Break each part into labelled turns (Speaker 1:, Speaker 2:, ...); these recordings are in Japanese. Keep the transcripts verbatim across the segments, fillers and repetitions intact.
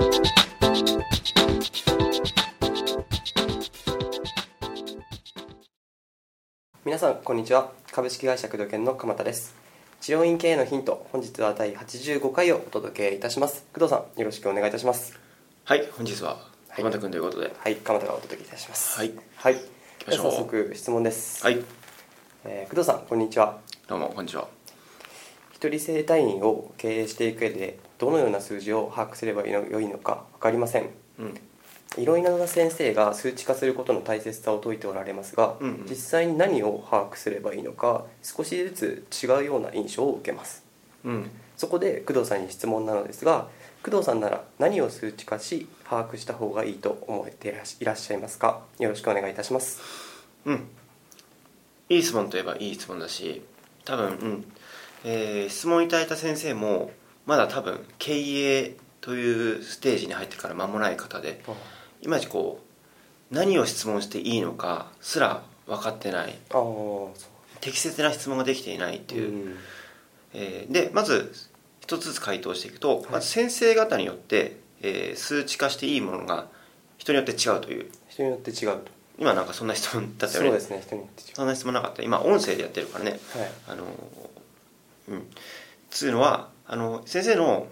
Speaker 1: 皆さんこんにちは。株式会社工藤研の鎌田です。治療院経営のヒント、本日はだいはちじゅうごかいをお届けいたします。工藤さん、よろしくお願いいたします。
Speaker 2: はい、本日は鎌田君ということで、
Speaker 1: はい、鎌田がお届けいたします。
Speaker 2: はい、
Speaker 1: はい、
Speaker 2: 行きましょう。
Speaker 1: 早速質問です。
Speaker 2: はい、
Speaker 1: えー、工藤さん、こんにちは。
Speaker 2: どうもこんにちは。
Speaker 1: 一人整体院を経営していく上でどのような数字を把握すればよいのか分かりません。
Speaker 2: うん、
Speaker 1: いろいろな先生が数値化することの大切さを説いておられますが、
Speaker 2: うんうん、
Speaker 1: 実際に何を把握すればいいのか少しずつ違うような印象を受けます。
Speaker 2: うん、
Speaker 1: そこで工藤さんに質問なのですが、工藤さんなら何を数値化し把握した方がいいと思っていらっしゃいますか。よろしくお願いいたします。
Speaker 2: うん、いい質問といえばいい質問だし、多分、うんえー、質問いただいた先生もまだ多分経営というステージに入ってから間もない方で、いまいちこう何を質問していいのかすら分かってない、
Speaker 1: あそう
Speaker 2: 適切な質問ができていないっていう、うんえー、でまず一つずつ回答していくと、はい、まず先生方によって、えー、数値化していいものが人によって違うという。
Speaker 1: 人によって違うと。
Speaker 2: 今なんかそんな質問だったよね。
Speaker 1: そうですね、人によって違う。
Speaker 2: そんな質問なかった。今音声でやってるからね、
Speaker 1: はい、
Speaker 2: あのうんつうのはあの先生の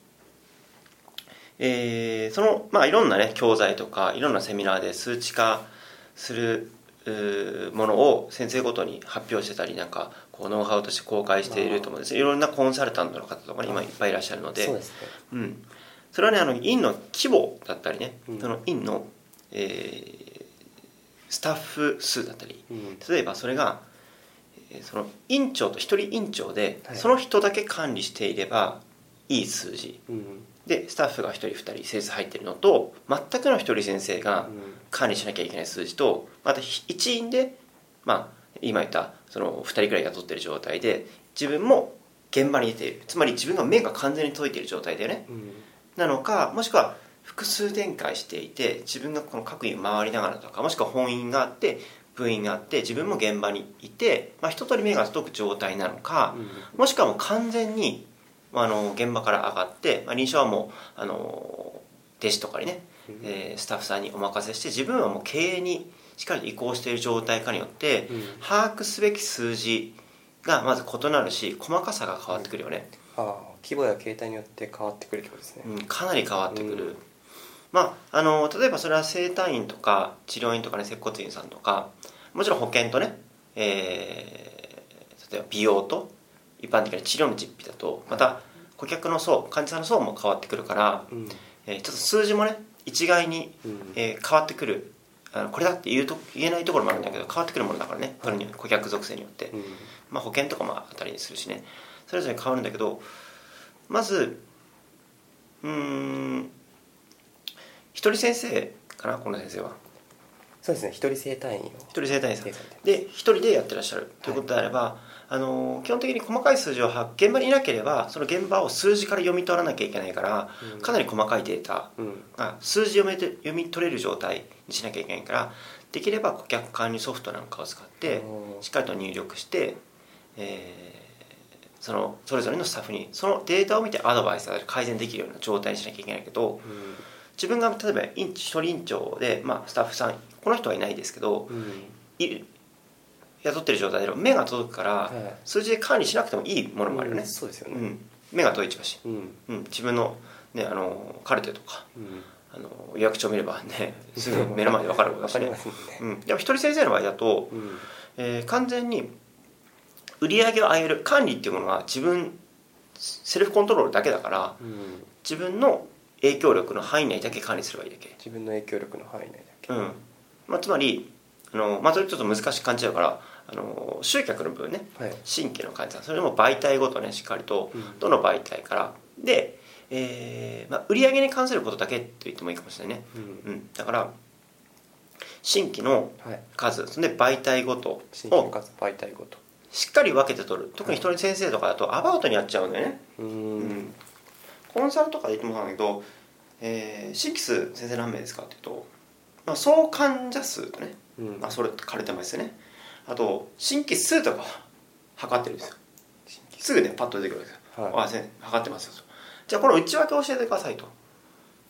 Speaker 2: えー、その、まあ、いろんなね教材とかいろんなセミナーで数値化するものを先生ごとに発表してたりなんかこうノウハウとして公開していると思うんです。いろんなコンサルタントの方とか、ね、今いっぱいいらっしゃるので、
Speaker 1: そうですね、
Speaker 2: うん、それはねあの院の規模だったりね、
Speaker 1: うん、
Speaker 2: その院の、えー、スタッフ数だったり、
Speaker 1: うん、
Speaker 2: 例えばそれがその院長と一人院長で、
Speaker 1: はい、
Speaker 2: その人だけ管理していればいい数字、
Speaker 1: うん
Speaker 2: でスタッフがひとりふたり先生入ってるのと全くの一人先生が管理しなきゃいけない数字と、また一員で、まあ、今言ったそのふたりくらい雇ってる状態で自分も現場に出ている、つまり自分が目が完全に解いている状態だよね、うん、なのかもしくは複数展開していて自分がこの各院回りながらとか、もしくは本院があって部員があって自分も現場にいて、まあ、一通り目が解く状態なのか、うん、もしくはもう完全にあの現場から上がって、まあ、臨床はもうあの弟子とかにね、うんえー、スタッフさんにお任せして自分はもう経営にしっかりと移行している状態かによって、うん、把握すべき数字がまず異なるし細かさが変わってくるよね、
Speaker 1: うん、あ規模や形態によって変わってくるってことですね、
Speaker 2: うん、かなり変わってくる、うんまあ、あの例えばそれは整体院とか治療院とかね接骨院さんとかもちろん保険とね、えー、例えば美容と一般的な治療の実費だとまた顧客の層患者さんの層も変わってくるから、うんえー、ちょっと数字もね一概に、うんえー、変わってくるあのこれだって言うと言えないところもあるんだけど変わってくるものだからね、それに顧客属性によって、うんまあ、保険とかもあたりにするしねそれぞれ変わるんだけど、まずうーん一人先生かなこの先生は。
Speaker 1: そうですね、一人整体院を
Speaker 2: 一人整体院さんで一人でやってらっしゃるということであれば、はい、あの基本的に細かい数字を現場にいなければその現場を数字から読み取らなきゃいけないから、うん、かなり細かいデータが、うん、数字を読み取れる状態にしなきゃいけないから、できれば顧客管理ソフトなんかを使ってしっかりと入力して、えー、そのそれぞれのスタッフにそのデータを見てアドバイスが改善できるような状態にしなきゃいけないけど、うん自分が例えば一人院長で、まあ、スタッフさんこの人はいないですけど、うん、い雇ってる状態で目が届くから、はい、数字で管理しなくてもいいものもあるよね、うん、
Speaker 1: そうですよね、
Speaker 2: うん、目が届いちゃうし、うんうん、自分の、ね、あのカルテとか、うん、あの予約帳見ればねすぐ目の前で分かることだしねうん、でも一人先生の場合だと、うんえー、完全に売り上げを上げる管理っていうものは自分セルフコントロールだけだから、うん、自分の影響力の範囲内だけ管理すればいいだけ。
Speaker 1: 自分の影響力の範囲内だけ、
Speaker 2: うんまあ、つまりあの、まあ、それちょっと難しく感じちゃうからあの集客の部分ね、はい、新規の患者さんそれも媒体ごとねしっかりと、うん、どの媒体からで、えーまあ、売上に関することだけと言ってもいいかもしれないね、うんうん、だから新規の数、はい、それで媒体ごとを
Speaker 1: 新規の数媒体ごと
Speaker 2: しっかり分けて取る。特に一人先生とかだとアバウトにやっちゃうんだよね、うんうんコンサルとかで言ってもそうなんだけど、えー、新規数先生何名ですかって言うと、まあ、総患者数とね、うんまあ、それ書かれてますよね。あと新規数とか測ってるんですよ。すぐねパッと出てくるんですよ、はい、あ測ってますよ。じゃあこの内訳を教えてくださいと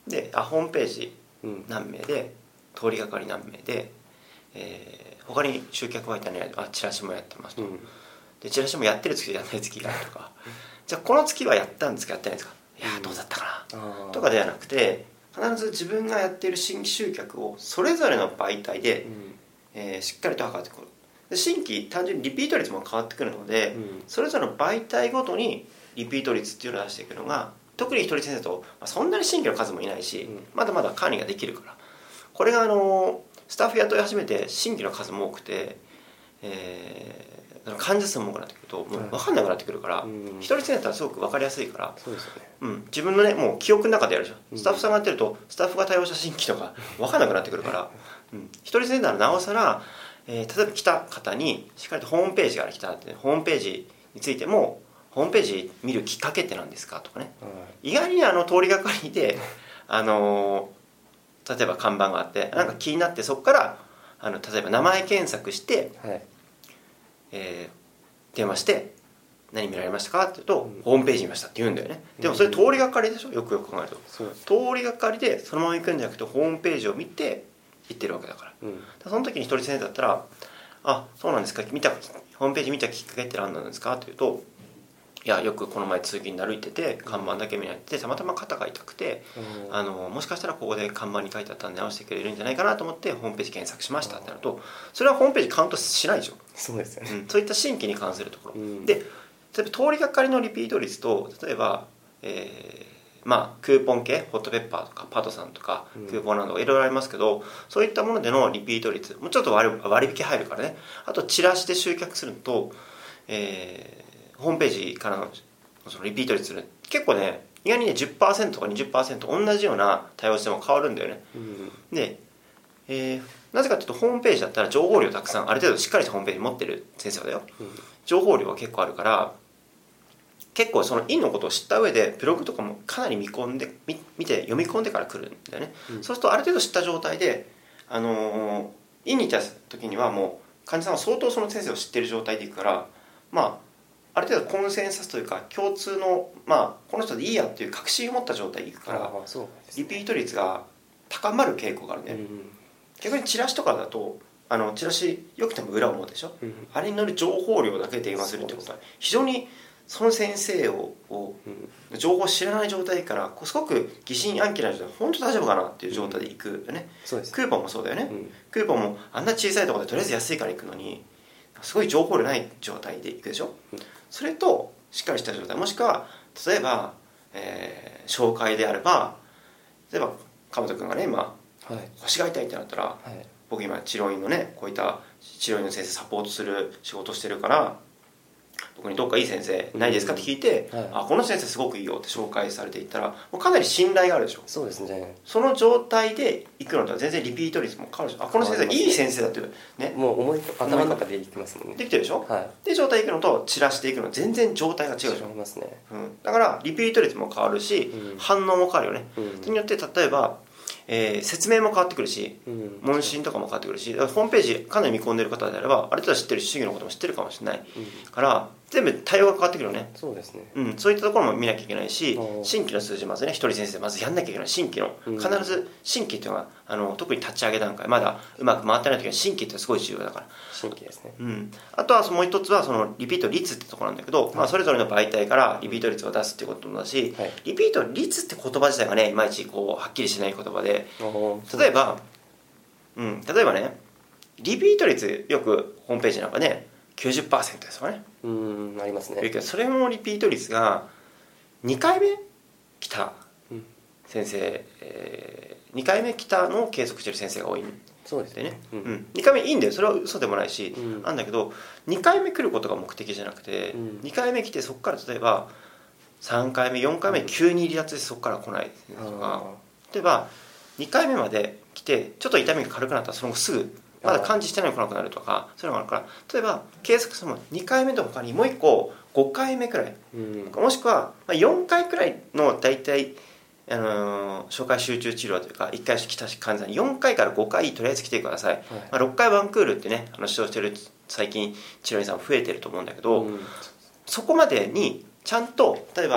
Speaker 2: であホームページ
Speaker 1: うん
Speaker 2: 何名で通りがかり何名で、えー、他に集客媒体にあチラシもやってますと、
Speaker 1: うん
Speaker 2: でチラシもやってる月とやらない月があるとかじゃあこの月はやったんですかやってないんですかいやどうだったかなとかではなくて必ず自分がやっている新規集客をそれぞれの媒体で、
Speaker 1: うん
Speaker 2: えー、しっかりと測ってくるで新規単純にリピート率も変わってくるので、
Speaker 1: うん
Speaker 2: それぞれの媒体ごとにリピート率っていうのを出していくのが特に一人先生と、まあ、そんなに新規の数もいないし、
Speaker 1: うん、
Speaker 2: まだまだ管理ができるからこれがあのスタッフ雇い始めて新規の数も多くて、えー患者数も多くなってくるともう分かんなくなってくるから、うん、一人先生だったらすごく分かりやすいから、
Speaker 1: そうですよね、
Speaker 2: うん、自分のねもう記憶の中でやるでしょ、うん、スタッフさんがやってるとスタッフが対応した新規とか分かんなくなってくるから、うん、一人先生ならなおさら、えー、例えば来た方にしっかりとホームページから来たって、ね、ホームページについてもホームページ見るきっかけって何ですかとかね、うん、意外にあの通りがかりであのー、例えば看板があってなんか気になってそこからあの例えば名前検索して、はいえー、電話して何見られましたかって言うと、うん、ホームページ見ましたって言うんだよね。でもそれ通りがかりでしょよくよく考えると、うん、通りがかりでそのまま行くんじゃなくてホームページを見て行ってるわけだから、うん、その時に一人先生だったらあそうなんですか見たホームページ見たきっかけって何なんですかって言うといやよくこの前通勤で歩いてて看板だけ見られてたまたま肩が痛くて、うん、あのもしかしたらここで看板に書いてあったんで直してくれるんじゃないかなと思ってホームページ検索しましたってなるとそれはホームページカウントしないでしょ。
Speaker 1: そうですよね、
Speaker 2: うん、そういった新規に関するところ、うん、で例えば通りがかりのリピート率と例えば、えー、まあクーポン系ホットペッパーとかパドさんとかクーポンなどいろいろありますけど、うん、そういったものでのリピート率もうちょっと 割, 割引入るからねあとチラシで集客すると、えー、ホームページからのそのリピート率結構ね意外にね じゅっパーセント とか にじゅっパーセント 同じような対応しても変わるんだよね、うん、で、えー、なぜかというとホームページだったら情報量たくさんある程度しっかりしたホームページ持ってる先生だよ、うん、情報量は結構あるから結構その院のことを知った上でブログとかもかなり見込んで見見て読み込んでから来るんだよね、うん、そうするとある程度知った状態で、あのー、院に行った時にはもう患者さんは相当その先生を知ってる状態でいくからまあある程度コンセンサスというか共通の、まあ、この人でいいやっていう確信を持った状態でいくから、リピート率が高まる傾向があるね、うんうん、逆にチラシとかだとあのチラシよくても裏表でしょ、うんうん、あれに乗る情報量だけで電話するってことは非常にその先生を、を情報を知らない状態からすごく疑心暗鬼な状態で本当大丈夫かなっていう状態でいくよね、うん、クーポンもそうだよね、うん、クーポンもあんな小さいところでとりあえず安いから行くのにすごい情報量ない状態で行くでしょ、うん、それとしっかりした状態もしくは例えば、えー、紹介であれば例えば鎌田君がね今、はい、腰が痛いってなったら、はい、僕今治療院のねこういった治療院の先生サポートする仕事してるから僕にどっかいい先生ないですかって聞いて、はい、あこの先生すごくいいよって紹介されていったらもうかなり信頼があるでしょ。
Speaker 1: そうですね。そ
Speaker 2: の状態で行くのとは全然リピート率も変わるでしょ。あこの先生いい先生だっていうね
Speaker 1: もう思い頭の中で行きますもんね。
Speaker 2: できてるでしょ、はい、で状態行くのとチラシで行くの全然状態が違うでしょ。
Speaker 1: 違いますね、
Speaker 2: うん、だからリピート率も変わるし、うん、反応も変わるよね、うん、それによって例えばえー、説明も変わってくるし、うん、問診とかも変わってくるしホームページかなり見込んでる方であればある程度知ってるし主義のことも知ってるかもしれない、うん、から全部対応が変わってくるよね。
Speaker 1: そうですね、
Speaker 2: うん、そういったところも見なきゃいけないし新規の数字まずね一人先生まずやんなきゃいけない新規の、うん、必ず新規っていうのはあの特に立ち上げ段階まだうまく回ってない時は新規ってすごい重要だから
Speaker 1: 新規ですね、
Speaker 2: うん、あとはもう一つはそのリピート率ってところなんだけど、はいまあ、それぞれの媒体からリピート率を出すっていうこともだし、はい、リピート率って言葉自体がねいまいちこうはっきりしない言葉で例えば、うん、例えばねリピート率よくホームページなんかね きゅうじゅっパーセント ですよね。
Speaker 1: うんありますね。
Speaker 2: それもリピート率がにかいめ来た先生、うんえー、にかいめ来たのを計測してる先生が多いんでね。
Speaker 1: そうですね、
Speaker 2: うんうん、にかいめいいんだよそれは嘘でもないし、うん、なんだけどにかいめ来ることが目的じゃなくて、うん、にかいめ来てそこから例えばさんかいめよんかいめ急に離脱してそこから来ないとか、うん、例えばにかいめまで来てちょっと痛みが軽くなったらその後すぐまだ感知してないの来なくなるとかそういうのがあるから例えば計測するのもにかいめの他にもういっこごかいめくらい、うん、もしくはよんかいくらいの大体、あのー、紹介集中治療というかいっかい来た患者さんによんかいからごかいとりあえず来てください、はいまあ、ろっかいワンクールってねあの指導してる最近治療院さん増えてると思うんだけど、うん、そこまでにちゃんと例えば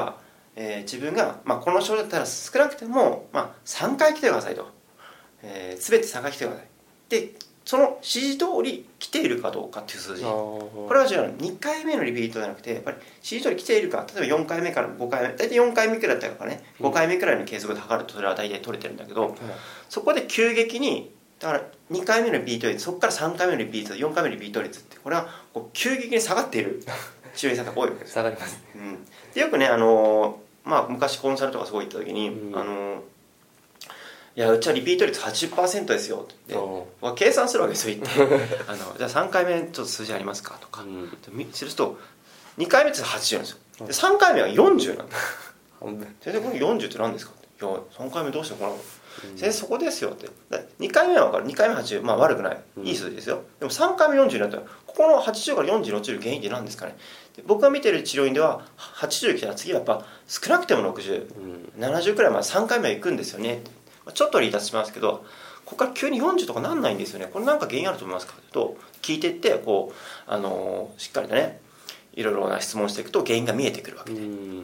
Speaker 2: えー、自分が、まあ、この症状だったら少なくても、まあ、さんかい来てくださいと、えー、全てさんかい来てくださいで、その指示通り来ているかどうかっていう数字、これは重要なの。にかいめのリピートじゃなくて、やっぱり指示通り来ているか、例えばよんかいめからごかいめ、大体よんかいめくらいだったからね、ごかいめくらいの継続で測るとそれは大体取れてるんだけど、うん、そこで急激にだからにかいめのリピート率、そこからさんかいめのリピート率、よんかいめのリピート率って、これはこう急激に下がっている治療院さんが多いわけです。
Speaker 1: 下がります、
Speaker 2: うん、でよくね、あのーまあ、昔コンサルとかすごい行った時に、うん、あのーいやうちはリピート率 はちじゅっパーセント ですよって言って計算するわけですよ言ってあのじゃあさんかいめちょっと数字ありますかとか、うん、するとにかいめってはちじゅうなんですよ。でさんかいめはよんじゅうなんだ先生これよんじゅうって何ですかって、いやさんかいめどうしてこの、うん、先生そこですよって。にかいめは分かる、にかいめはちじゅう、まあ悪くない、いい数字ですよ。でもさんかいめよんじゅうになったらここのはちじゅうからよんじゅうに落ちる原因って何ですかね。で僕が見てる治療院でははちじゅう来たら次はやっぱ少なくてもろくじゅう、うん、ななじゅうくらいまでさんかいめは行くんですよねって。ちょっと離脱しますけど、ここから急によんじゅうとかなんないんですよね。これ何か原因あると思いますかと聞いていってこう、あのー、しっかりとねいろいろな質問していくと原因が見えてくるわけで、うん、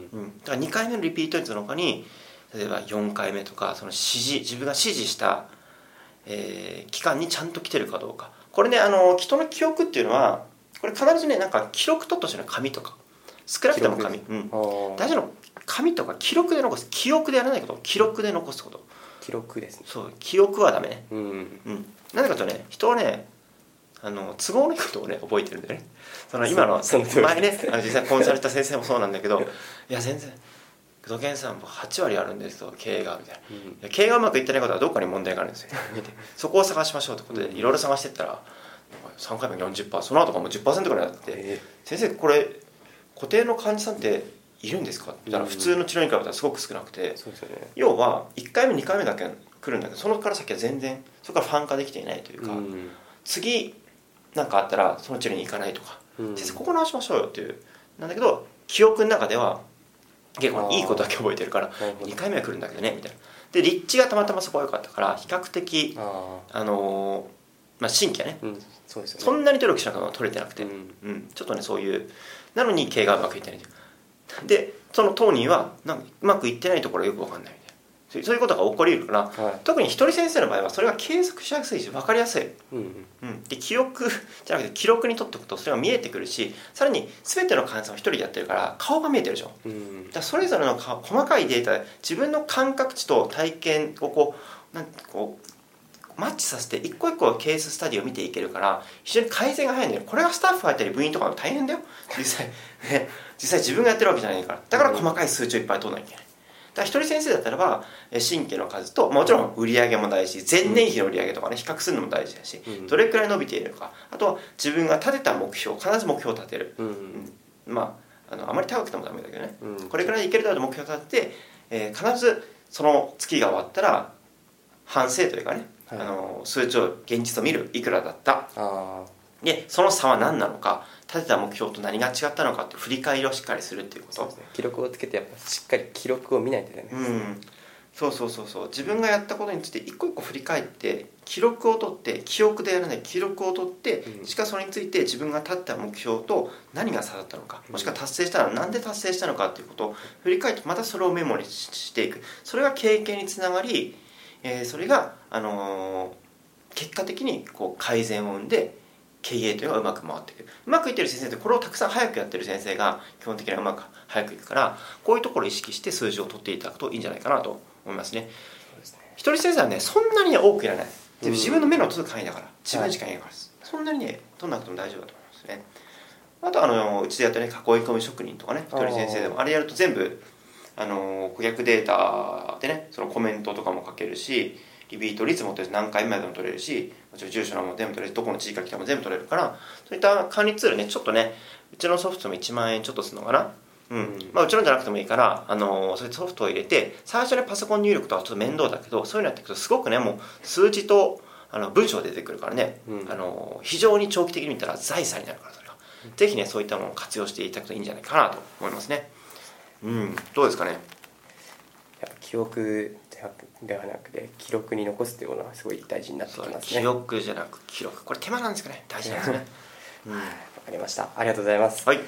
Speaker 2: だからにかいめのリピート率の他に例えばよんかいめとかその指示自分が指示した、えー、期間にちゃんと来てるかどうか、これね、あの人の記憶っていうのはこれ必ずねなんか記録取っとしての紙とか少なくても紙、うん、大事なの紙とか記録で残す、記憶でやらないこと記録で残すこと、
Speaker 1: 記録ですね。
Speaker 2: そう記憶はダメね、
Speaker 1: うんうん、
Speaker 2: なぜかとね人はねあの都合のいいことをね覚えてるんだよね。その今の前ねあの実際コンサルした先生もそうなんだけどいや全然工藤健さんもはちわりあるんですと経営がみたいな、うん、経営がうまくいってないことはどっかに問題があるんですよそこを探しましょうということでいろいろ探していったらさんかいめ よんじゅっパーセント その後がもう じゅっパーセント ぐらいあって、えー、先生これ固定の患者さんっているんですかって言ったら普通の治療に比べたらすごく少なくて、
Speaker 1: そうですよね、
Speaker 2: 要はいっかいめにかいめだけ来るんだけどそのから先は全然そこからファン化できていないというか、うん、次なんかあったらその治療に行かないとか、うん、先生ここ直しましょうよっていうなんだけど記憶の中では結構いいことだけ覚えてるからにかいめは来るんだけどねみたいなで立地がたまたまそこが良かったから比較的あ、あのーまあ、新規はね、うん そうですよね、そんなに努力しなくても取れてなくて、うんうん、ちょっとねそういうなのに経営がうまくいってないでその当人はなんかうまくいってないところはよく分かんないみたいなそういうことが起こりうるから、はい、特に一人先生の場合はそれが継続しやすいし分かりやすい、うんうん、で記憶じゃなくて記録に取っておくとそれが見えてくるしさらに全ての患者さんを一人でやってるから顔が見えてるでしょ、うん、だからそれぞれの細かいデータで自分の感覚値と体験をこうなんてこうマッチさせて一個一個ケーススタディを見ていけるから非常に改善が早いんだよ。これがスタッフがやったり部員とかも大変だよ実際ね実際自分がやってるわけじゃないからだから細かい数値をいっぱい取らなきゃいけない。だから一人先生だったらば新規の数ともちろん売上も大事前年比の売上とかね比較するのも大事だし、うん、どれくらい伸びているのかあとは自分が立てた目標必ず目標を立てる、うんうん、まあ あのあまり高くてもダメだけどね、うん、これくらいいけるだろうと目標を立てて、えー、必ずその月が終わったら反省というかね、はい、あの数値を現実を見るいくらだったあでその差は何なのか立てた目標と何が違ったのかって振り返りをしっかりするっていうこと。そうですね、
Speaker 1: 記録をつけてやっぱしっかり記録を見ないといけないですね、うん、
Speaker 2: そうそうそうそう自分がやったことについて一個一個振り返って記録を取って記憶でやらない記録を取ってしかそれについて自分が立った目標と何が差だったのかもしくは達成したら何で達成したのかっていうことを振り返ってまたそれをメモにしていく。それが経験につながり、えー、それが、あのー、結果的にこう改善を生んで経営というのがうまく回っていく。うまくいってる先生ってこれをたくさん早くやってる先生が基本的にはうまく早くいくからこういうところを意識して数字を取っていただくといいんじゃないかなと思いますね。そうですね、一人先生はねそんなに、ね、多くいらないで自分の目の届く範囲だから自分しかいないからです、はい、そんなにね取んなくても大丈夫だと思いますね。あとあのうちでやったね囲い込み職人とかね一人先生でもあれやると全部あの顧客データでねそのコメントとかも書けるしリピート率も取れるし何回目までも取れるしもちろん住所のも全部取れるしどこの地域から来たも全部取れるからそういった管理ツールねちょっとねうちのソフトもいちまんえんちょっとするのかな、うんうんまあ、うちのじゃなくてもいいからあのそういうソフトを入れて最初にパソコン入力とかちょっと面倒だけどそういうのやっていくとすごくねもう数字とあの文章出てくるからね、うん、あの非常に長期的に見たら財産になるからそれが、うん、ぜひねそういったものを活用していただくといいんじゃないかなと思いますね。うんどうですかね。
Speaker 1: やっぱ記憶ではなくて記録に残すっていうのはすごい大事になってきますね。
Speaker 2: 記憶じゃなく記録これ手間なんですかね大事なんですね。
Speaker 1: うん、わかりました。ありがとうございます。
Speaker 2: はい。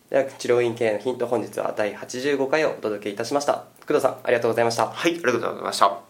Speaker 1: では治療院経営のヒント、本日はだいはちじゅうごかいをお届けいたしました。工藤さん、ありがとうございました。
Speaker 2: はい、ありがとうございました。